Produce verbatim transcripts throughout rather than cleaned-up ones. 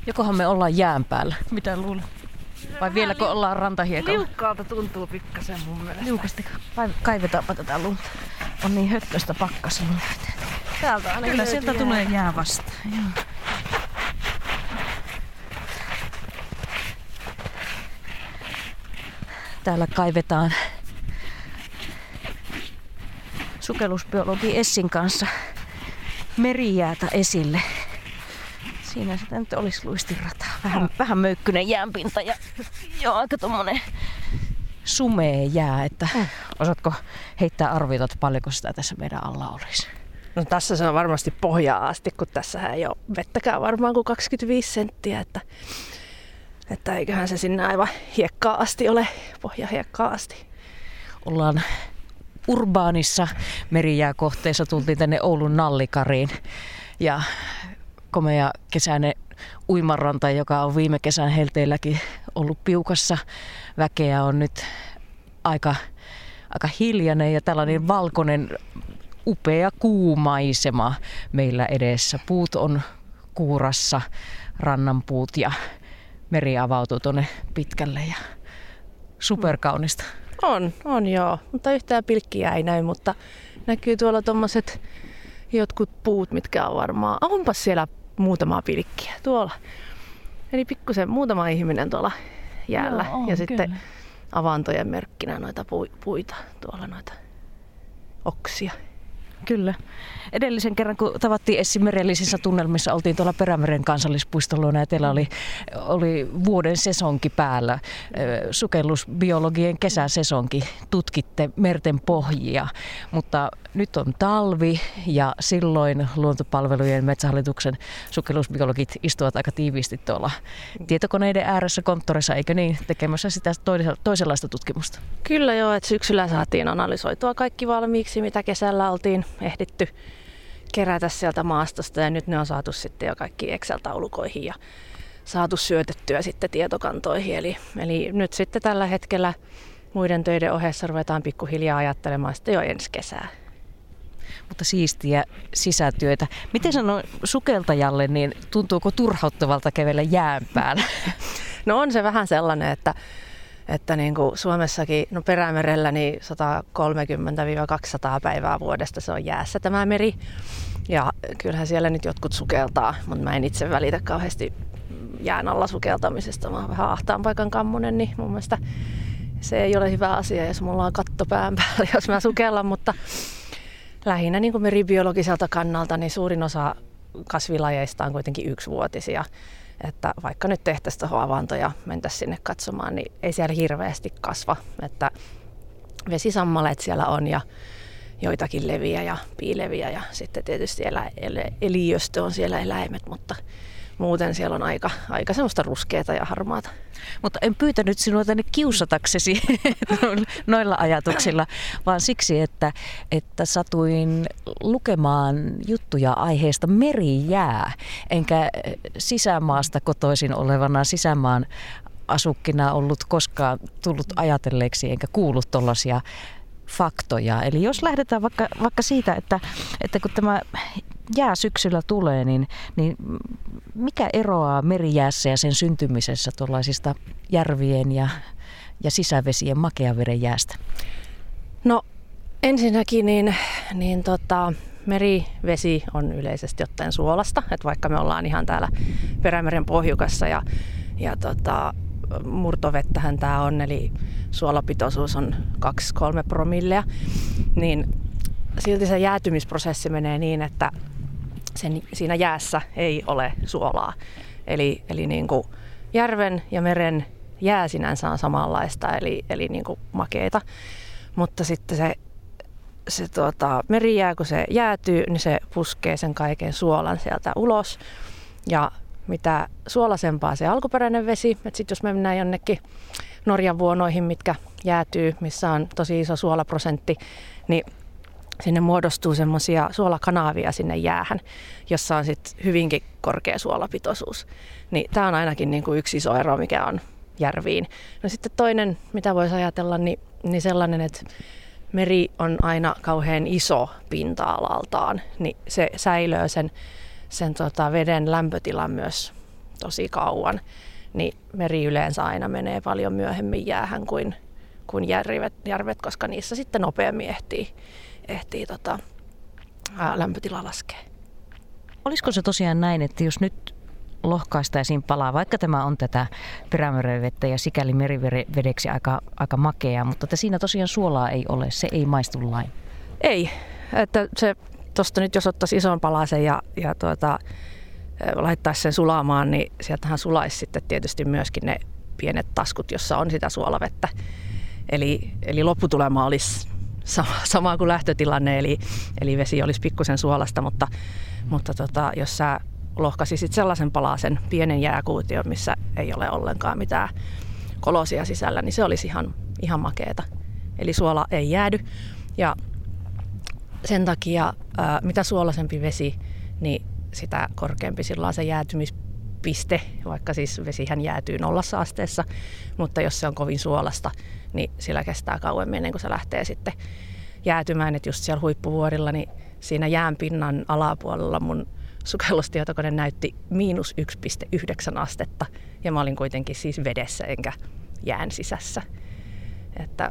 Jokohan me ollaan jään päällä? Mitä luulet? Vai vieläkö liu- ollaan rantahiekalla? Liukkaalta tuntuu pikkasen mun mielestä. Liukasti. Kaivetaanpa tätä lunta. On niin höttöstä pakkaslunta. Täältä aina Kyllä sieltä jää. Tulee jää vastaan. Joo. Täällä kaivetaan sukellusbiologi Essin kanssa merijäätä esille. Siinä sitä nyt olisi luistinrataa. Vähän, vähän möykkyinen jäänpinta ja joo, aika tommonen sumea jää. Että mm. Osaatko heittää arviota, että paljonko sitä tässä meidän alla olisi? No tässä se on varmasti pohjaa asti, kun tässä ei ole vettäkään varmaan kuin kaksikymmentäviisi senttiä. Että, että eiköhän se sinne aivan hiekkaa asti ole, pohjahiekkaa asti. Ollaan urbaanissa merijääkohteessa, tultiin tänne Oulun Nallikariin ja komea kesäinen uimaranta, joka on viime kesän helteilläkin ollut piukassa. Väkeä on nyt aika, aika hiljainen ja tällainen valkoinen upea kuumaisema meillä edessä. Puut on kuurassa, rannanpuut ja meri avautuu tuonne pitkälle ja superkaunista. On, on joo, mutta yhtään pilkkiä ei näy, mutta näkyy tuolla tommoset jotkut puut, mitkä on varmaan, onpas siellä muutama pilkkiä tuolla. Eli pikkusen muutama ihminen tuolla jäällä. Joo, on, ja sitten kyllä. Avantojen merkkinä noita puita, tuolla noita oksia. Kyllä. Edellisen kerran, kun tavattiin Essin merellisissä tunnelmissa, oltiin tuolla Perämeren kansallispuistolla ja teillä oli, oli vuoden sesonki päällä. Sukellusbiologien kesäsesonki. Tutkitte merten pohjia, mutta nyt on talvi ja silloin Luontopalvelujen Metsähallituksen sukellusbiologit istuvat aika tiiviisti tuolla tietokoneiden ääressä konttorissa, eikö niin, tekemässä sitä toisenlaista tutkimusta? Kyllä joo, että syksyllä saatiin analysoitua kaikki valmiiksi, mitä kesällä oltiin ehditty kerätä sieltä maastosta ja nyt ne on saatu sitten jo kaikki Excel-taulukoihin ja saatu syötettyä sitten tietokantoihin. Eli, eli nyt sitten tällä hetkellä muiden töiden ohessa ruvetaan pikkuhiljaa ajattelemaan sitten jo ensi kesää. Mutta siistiä sisätyötä. Miten sanoo sukeltajalle, niin tuntuuko turhauttavalta kävellä jään päällä? No on se vähän sellainen, että Että niin kuin Suomessakin, no Perämerellä niin sata kolmekymmentä kaksisataa päivää vuodesta se on jäässä tämä meri. Ja kyllähän siellä nyt jotkut sukeltaa, mutta mä en itse välitä kauheasti jään alla sukeltamisesta. Mä oon vähän ahtaan paikan kammonen, niin mun mielestä se ei ole hyvä asia, jos mulla on katto pään päällä, jos mä sukellan. Mutta lähinnä niin kuin meribiologiselta kannalta niin suurin osa kasvilajeista on kuitenkin yksivuotisia. Että vaikka nyt tehtäisiin tuohon avantoon ja mentäisiin sinne katsomaan, niin ei siellä hirveästi kasva. Että vesisammaleet siellä on ja joitakin leviä ja piileviä ja sitten tietysti elä, eliöstö on siellä eläimet, mutta muuten siellä on aika, aika semmoista ruskeata ja harmaata. Mutta en pyytänyt sinua tänne kiusataksesi noilla ajatuksilla, vaan siksi, että, että satuin lukemaan juttuja aiheesta merijää, enkä sisämaasta kotoisin olevana sisämaan asukkina ollut koskaan tullut ajatelleeksi enkä kuullut tuollaisia faktoja. Eli jos lähdetään vaikka, vaikka siitä, että, että kun tämä jää syksyllä tulee, niin, niin mikä eroaa merijäässä ja sen syntymisessä tuollaisista järvien ja, ja sisävesien makeaveden jäästä? No ensinnäkin niin, niin tota, merivesi on yleisesti ottaen suolasta, että vaikka me ollaan ihan täällä Perämeren pohjukassa ja, ja tota, murtovettähän tämä on, eli suolapitoisuus on kaksi kolme promillea, niin silti se jäätymisprosessi menee niin, että sen, siinä jäässä ei ole suolaa. Eli, eli niin kuin järven ja meren jää sinänsä on samanlaista, eli, eli niin kuin makeita. Mutta sitten se, se tuota, merijää, kun se jäätyy, niin se puskee sen kaiken suolan sieltä ulos. Ja mitä suolasempaa se alkuperäinen vesi, että sitten jos me mennään jonnekin Norjan vuonoihin, mitkä jäätyy, missä on tosi iso suolaprosentti, niin sinne muodostuu semmoisia suolakanavia sinne jäähän, jossa on sitten hyvinkin korkea suolapitoisuus. Niin tämä on ainakin niin kuin yksi iso ero, mikä on järviin. No sitten toinen, mitä voisi ajatella, niin, niin sellainen, että meri on aina kauhean iso pinta-alaltaan, niin se säilöö sen, sen tota veden lämpötilan myös tosi kauan, niin meri yleensä aina menee paljon myöhemmin jäähän kuin, kuin järvet, järvet, koska niissä sitten nopeammin ehtii, ehtii tota, ää, lämpötila laskee. Olisiko se tosiaan näin, että jos nyt lohkaistaisiin palaa, vaikka tämä on tätä Perämerenvettä ja sikäli merivedeksi aika, aika makeaa, mutta että siinä tosiaan suolaa ei ole, se ei maistu lain? Ei, että se tuosta nyt jos ottaisi ison palasen ja, ja tuota, laittaisi sen sulamaan, niin sieltähän sulaisi sitten tietysti myöskin ne pienet taskut, jossa on sitä suolavettä. Eli, eli lopputulema olisi sama, sama kuin lähtötilanne, eli, eli vesi olisi pikkusen suolasta, mutta, mutta tota, jos sä lohkaisisit sellaisen palasen, pienen jääkuution, missä ei ole ollenkaan mitään kolosia sisällä, niin se olisi ihan, ihan makeeta. Eli suola ei jäädy ja sen takia ää, mitä suolaisempi vesi, niin sitä korkeampi silloin se jäätymispiste, vaikka siis vesihän jäätyy nollassa asteessa, mutta jos se on kovin suolasta, niin sillä kestää kauemmin ennen kuin se lähtee sitten jäätymään. Et just siellä huippuvuorilla, niin siinä jäänpinnan alapuolella mun sukellustietokone näytti miinus yksi pilkku yhdeksän astetta ja mä olin kuitenkin siis vedessä enkä jään sisässä. Että,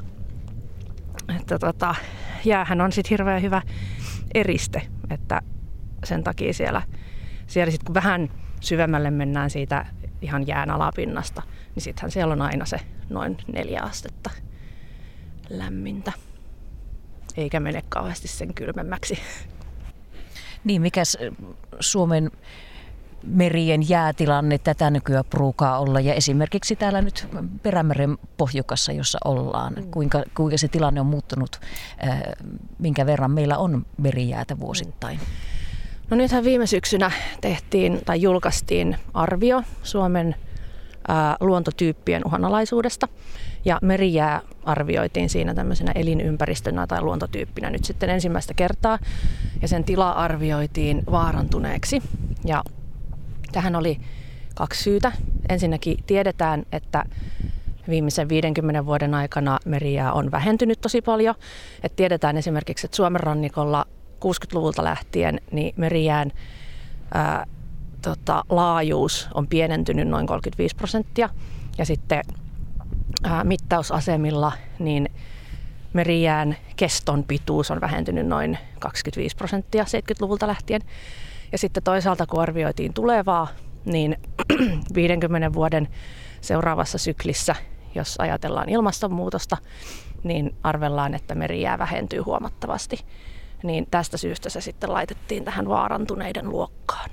että tota, jäähän on sitten hirveän hyvä eriste, että sen takia siellä, siellä sit kun vähän syvemmälle mennään siitä ihan jään alapinnasta, niin sittenhän siellä on aina se noin neljä astetta lämmintä, eikä mene kauheasti sen kylmemmäksi. Niin, mikäs Suomen merien jäätilanne tätä nykyään pruukaa olla ja esimerkiksi täällä nyt Perämeren pohjukassa, jossa ollaan, kuinka, kuinka se tilanne on muuttunut, minkä verran meillä on merijäätä vuosittain? No nythän viime syksynä tehtiin tai julkaistiin arvio Suomen ää, luontotyyppien uhanalaisuudesta ja merijää arvioitiin siinä tämmöisenä elinympäristönä tai luontotyyppinä nyt sitten ensimmäistä kertaa ja sen tila arvioitiin vaarantuneeksi ja tähän oli kaksi syytä. Ensinnäkin tiedetään, että viimeisen viidenkymmenen vuoden aikana merijää on vähentynyt tosi paljon. Et tiedetään esimerkiksi, että Suomen rannikolla kuusikymmentäluvulta lähtien niin merijään ää, tota, laajuus on pienentynyt noin kolmekymmentäviisi prosenttia. Ja sitten ää, mittausasemilla niin merijään keston pituus on vähentynyt noin kaksikymmentäviisi prosenttia seitsemänkymmentäluvulta lähtien. Ja sitten toisaalta kun arvioitiin tulevaa, niin viidenkymmenen vuoden seuraavassa syklissä, jos ajatellaan ilmastonmuutosta, niin arvellaan, että merijää vähentyy huomattavasti. Niin tästä syystä se sitten laitettiin tähän vaarantuneiden luokkaan.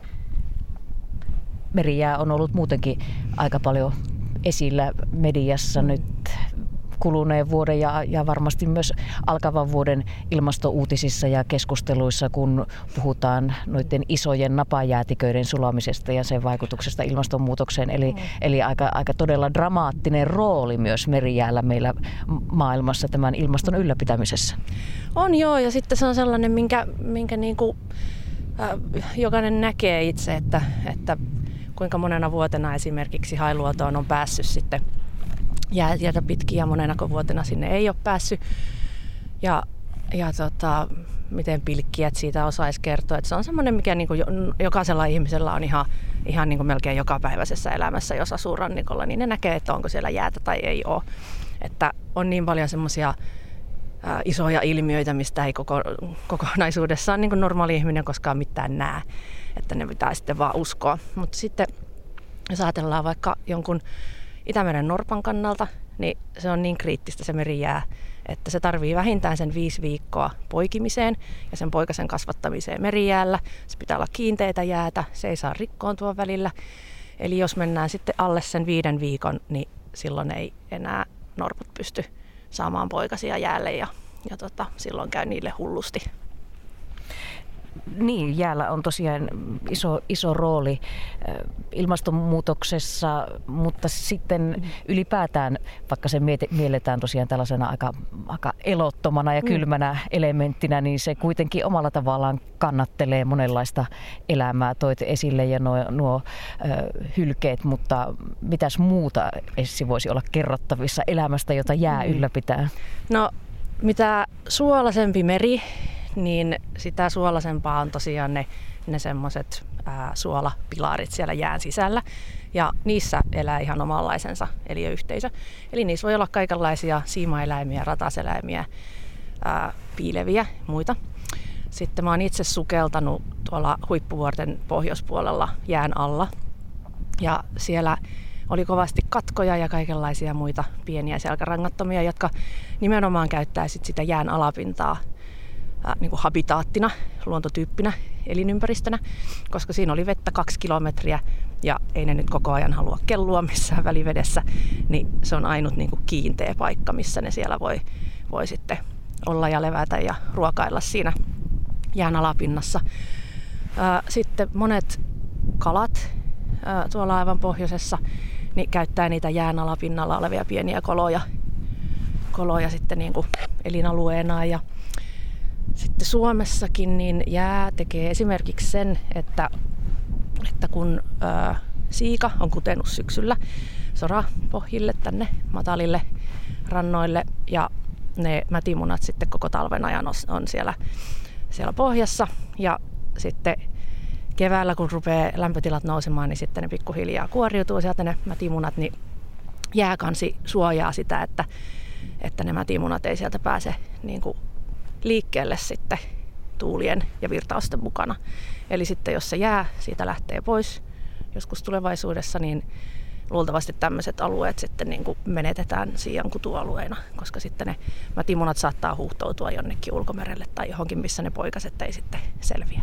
Merijää on ollut muutenkin aika paljon esillä mediassa nyt kuluneen vuoden ja, ja varmasti myös alkavan vuoden ilmastouutisissa ja keskusteluissa, kun puhutaan noiden isojen napajäätiköiden sulamisesta ja sen vaikutuksesta ilmastonmuutokseen. Eli, mm. eli aika, aika todella dramaattinen rooli myös merijäällä meillä maailmassa tämän ilmaston ylläpitämisessä. On joo, ja sitten se on sellainen, minkä, minkä niin kuin, äh, jokainen näkee itse, että, että kuinka monena vuotena esimerkiksi Hailuotoon on päässyt sitten jäätä pitkin ja monena vuotena sinne ei ole päässyt. Ja, ja tota, miten pilkkiät siitä osaisi kertoa. Että se on semmoinen, mikä niin kuin jokaisella ihmisellä on ihan, ihan niin kuin melkein jokapäiväisessä elämässä, jos asuu rannikolla, niin ne näkee, että onko siellä jäätä tai ei ole. Että on niin paljon semmoisia ä, isoja ilmiöitä, mistä ei koko, kokonaisuudessaan niin kuin normaali ihminen koskaan mitään näe. Että ne pitää sitten vaan uskoa. Mutta sitten jos ajatellaan vaikka jonkun Itämeren norpan kannalta, niin se on niin kriittistä se merijää, että se tarvii vähintään sen viisi viikkoa poikimiseen ja sen poikasen kasvattamiseen merijäällä. Se pitää olla kiinteitä jäätä, se ei saa rikkoontua välillä. Eli jos mennään sitten alle sen viiden viikon, niin silloin ei enää norput pysty saamaan poikasia jäälle ja, ja tota, silloin käy niille hullusti. Niin, jäällä on tosiaan iso, iso rooli ilmastonmuutoksessa, mutta sitten ylipäätään, vaikka se mielletään tosiaan tällaisena aika, aika elottomana ja kylmänä elementtinä, niin se kuitenkin omalla tavallaan kannattelee monenlaista elämää. Toit esille ja nuo, nuo hylkeet, mutta mitäs muuta Essi voisi olla kerrottavissa elämästä, jota jää mm. ylläpitää? No, mitä suolaisempi meri, niin sitä suolaisempaa on tosiaan ne, ne semmoiset ää, suolapilarit siellä jään sisällä. Ja niissä elää ihan omanlaisensa eliöyhteisö. Eli niissä voi olla kaikenlaisia siimaeläimiä, rataseläimiä, ää, piileviä ja muita. Sitten mä oon itse sukeltanut tuolla Huippuvuorten pohjoispuolella jään alla. Ja siellä oli kovasti katkoja ja kaikenlaisia muita pieniä selkärangattomia, jotka nimenomaan käyttää sit sitä jään alapintaa ää, niin kuin habitaattina, luontotyyppinä, elinympäristönä, koska siinä oli vettä kaksi kilometriä ja ei ne nyt koko ajan halua kellua missään välivedessä, niin se on ainut niin kuin kiinteä paikka, missä ne siellä voi, voi sitten olla ja levätä ja ruokailla siinä jään alapinnassa. Ää, sitten monet kalat ää, tuolla aivan pohjoisessa niin käyttää niitä jään alapinnalla olevia pieniä koloja, koloja sitten niin kuin elinalueenaan. Ja sitten Suomessakin niin jää tekee esimerkiksi sen, että, että kun ää, siika on kutenut syksyllä sorapohjille tänne matalille rannoille ja ne mätimunat sitten koko talven ajan on siellä, siellä pohjassa ja sitten keväällä, kun rupeaa lämpötilat nousemaan, niin sitten ne pikkuhiljaa kuoriutuu sieltä ne mätimunat, niin jääkansi suojaa sitä, että, että ne mätimunat ei sieltä pääse niin kuin liikkeelle sitten tuulien ja virtausten mukana. Eli sitten jos se jää siitä lähtee pois joskus tulevaisuudessa, niin luultavasti tämmöiset alueet sitten niin kuin menetetään siian kutualueina, koska sitten ne mätimunat saattaa huuhtoutua jonnekin ulkomerelle tai johonkin, missä ne poikaset ei sitten selviä.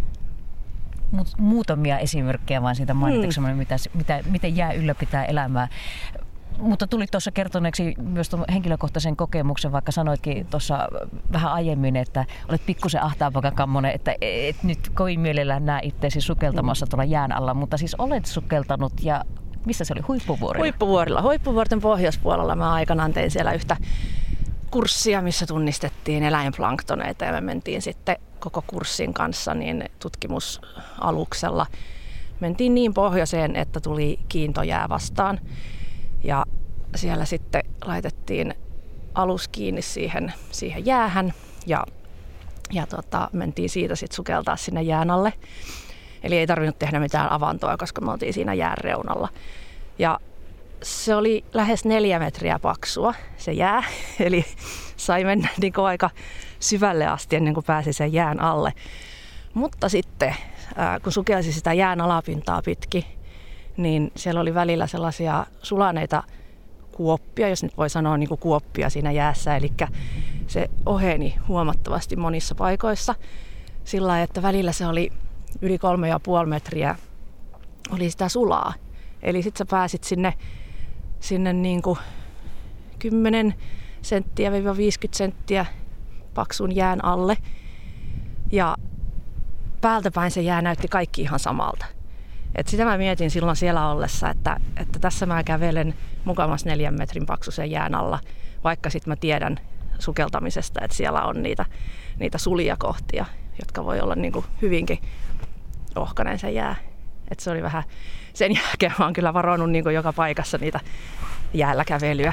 Muutamia esimerkkejä vaan siitä mainitaanko, hmm. mitä, mitä, miten jää ylläpitää elämää. Mutta tuli tuossa kertoneeksi myös tuon henkilökohtaisen kokemuksen, vaikka sanoitkin tuossa vähän aiemmin, että olet pikkusen ahtaapakakammonen, että et nyt kovin mielellään näe itseäsi sukeltamassa tuolla jään alla, mutta siis olet sukeltanut ja missä se oli? Huippuvuorilla? Huippuvuorilla. Huippuvuorten pohjoispuolella mä aikanaan tein siellä yhtä kurssia, missä tunnistettiin eläinplanktoneita ja me mentiin sitten koko kurssin kanssa niin tutkimusaluksella. Mentiin niin pohjoiseen, että tuli kiintojää vastaan ja siellä sitten laitettiin alus kiinni siihen, siihen jäähän ja, ja tota, mentiin siitä sitten sukeltaa sinne jään alle. Eli ei tarvinnut tehdä mitään avantoa, koska me oltiin siinä jään reunalla. Ja se oli lähes neljä metriä paksua se jää, eli sai mennä niin kuin aika syvälle asti ennen kuin pääsi sen jään alle. Mutta sitten kun sukelsi sitä jään alapintaa pitkin, niin siellä oli välillä sellaisia sulaneita kuoppia, jos nyt voi sanoa niin kuin kuoppia siinä jäässä. Eli se oheni huomattavasti monissa paikoissa sillä lailla, että välillä se oli yli kolme ja puoli metriä oli sitä sulaa. Eli sit sä pääsit sinne, sinne niin kuin kymmenen senttiä viisikymmentä senttiä paksun jään alle. Ja päältä päin se jää näytti kaikki ihan samalta. Et sitä mä mietin silloin siellä ollessa, että, että tässä mä kävelen mukamas neljän metrin paksuisen jään alla, vaikka sit mä tiedän sukeltamisesta, että siellä on niitä, niitä sulia kohtia, jotka voi olla niin kuin hyvinkin ohkainen se jää. Et se oli vähän, sen jälkeen mä oon kyllä varonut niin kuin joka paikassa niitä jäällä kävelyä.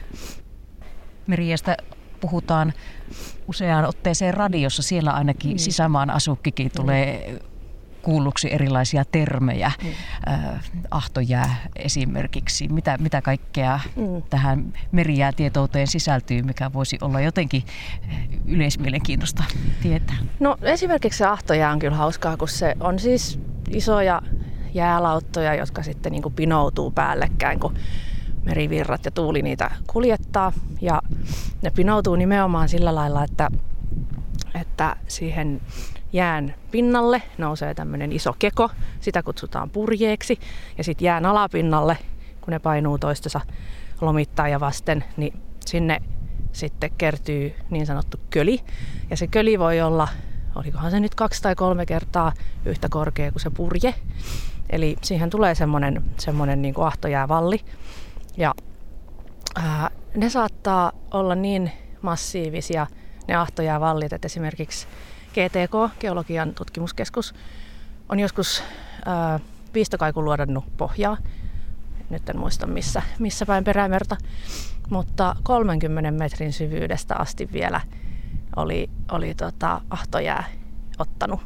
Merijäästä puhutaan useaan otteeseen radiossa. Siellä ainakin mm. sisämaan asukkikin tulee mm. kuulluksi erilaisia termejä. Mm. Äh, ahtojää esimerkiksi. Mitä, mitä kaikkea mm. tähän merijäätietouteen sisältyy, mikä voisi olla jotenkin yleismielenkiintoista tietää? No esimerkiksi se ahtojää on kyllä hauskaa, kun se on siis isoja jäälauttoja, jotka sitten niin kuin pinoutuu päällekkäin, kun merivirrat ja tuuli niitä kuljettaa. Ja ne pinoutuu nimenomaan sillä lailla, että, että siihen jään pinnalle nousee tämmöinen iso keko, sitä kutsutaan purjeeksi. Ja sitten jään alapinnalle, kun ne painuu toistensa lomittaa ja vasten, niin sinne sitten kertyy niin sanottu köli. Ja se köli voi olla, olikohan se nyt kaksi tai kolme kertaa yhtä korkea kuin se purje. Eli siihen tulee semmoinen, semmoinen niin kuin ahtojäävalli. Ja ää, ne saattaa olla niin massiivisia, ne ahtojäävallit, että esimerkiksi G T K, Geologian tutkimuskeskus, on joskus ää, piistokaikun luodannut pohjaa. Nyt en muista missä, missä päin Perämerta, mutta kolmenkymmenen metrin syvyydestä asti vielä oli, oli tota, ahtojää ottanut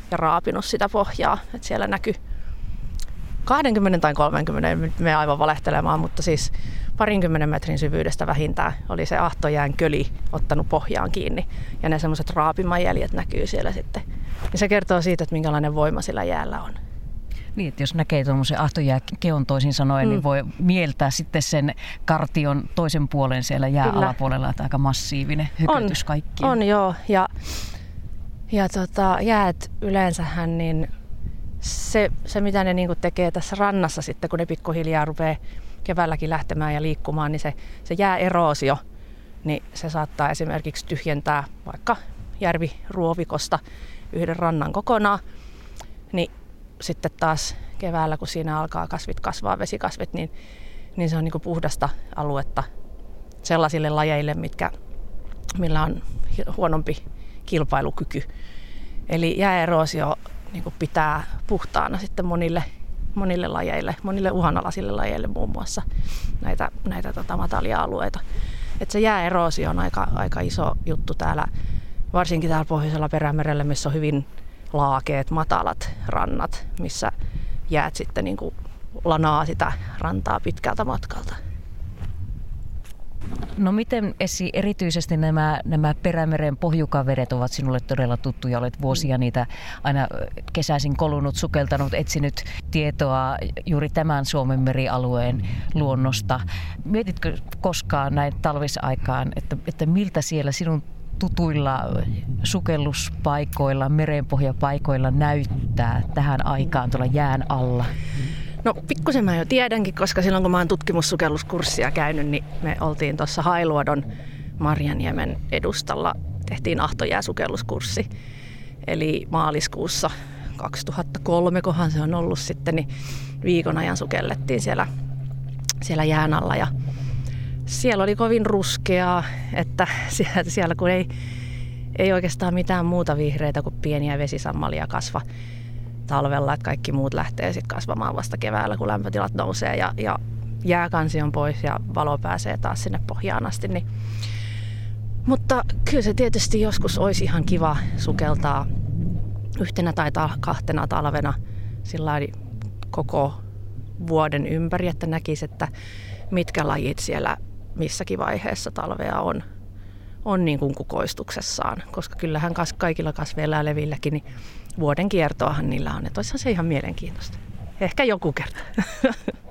ja raapinut sitä pohjaa. Et siellä näkyy kaksikymmentä tai kolmekymmentä, en mene aivan valehtelemaan, mutta siis parinkymmenen metrin syvyydestä vähintään oli se ahtojään köli ottanut pohjaan kiinni. Ja ne semmoiset raapimajäljet näkyy siellä sitten. Ja se kertoo siitä, että minkälainen voima sillä jäällä on. Niin, että jos näkee tuommoisen ahtojääkeon toisin sanoen, mm. niin voi mieltää sitten sen kartion toisen puolen siellä jääalapuolella, että aika massiivinen hykötys kaikki. On, joo. Ja, ja tota, jäät yleensähän, niin se, se mitä ne niinku tekee tässä rannassa sitten, kun ne pikkuhiljaa rupeaa keväälläkin lähtemään ja liikkumaan, niin se, se jääeroosio, niin se saattaa esimerkiksi tyhjentää vaikka järviruovikosta yhden rannan kokonaan, niin sitten taas keväällä, kun siinä alkaa kasvit kasvaa, vesikasvit, niin, niin se on niinku puhdasta aluetta sellaisille lajeille, mitkä, millä on huonompi kilpailukyky. Eli jääeroosio niinku pitää puhtaana sitten monille, monille lajeille, monille uhanalaisille lajeille muun muassa näitä, näitä tota, matalia alueita. Et se jääeroosio on aika, aika iso juttu täällä, varsinkin täällä pohjoisella Perämerellä, missä on hyvin laakeet, matalat rannat, missä jäät sitten niin kuin lanaa sitä rantaa pitkältä matkalta. No miten esi, erityisesti nämä, nämä Perämeren pohjukavedet ovat sinulle todella tuttuja? Olet vuosia niitä aina kesäisin kolunut, sukeltanut, etsinyt tietoa juuri tämän Suomen merialueen luonnosta. Mietitkö koskaan näin talvisaikaan, että, että miltä siellä sinun tutuilla sukelluspaikoilla, merenpohjapaikoilla näyttää tähän aikaan tuolla jään alla? No pikkusen mä jo tiedänkin, koska silloin kun mä oon tutkimussukelluskurssia käynyt, niin me oltiin tuossa Hailuodon Marjaniemen edustalla, tehtiin ahtojääsukelluskurssi. Eli maaliskuussa kaksituhattakolme, kohan se on ollut sitten, niin viikon ajan sukellettiin siellä, siellä jään alla. Ja siellä oli kovin ruskeaa, että siellä, siellä kun ei, ei oikeastaan mitään muuta vihreitä kuin pieniä vesisammalia kasva talvella, että kaikki muut lähtee sitten kasvamaan vasta keväällä, kun lämpötilat nousee ja, ja jääkansi on pois ja valo pääsee taas sinne pohjaan asti. Niin. Mutta kyllä se tietysti joskus olisi ihan kiva sukeltaa yhtenä tai ta- kahtena talvena sillain koko vuoden ympäri, että näkisi, että mitkä lajit siellä missäkin vaiheessa talvea on, on niin kuin kukoistuksessaan. Koska kyllähän kaikilla kasveilla ja levilläkin niin vuoden kiertoahan niillä on, että olisihan se ihan mielenkiintoista. Ehkä joku kerta.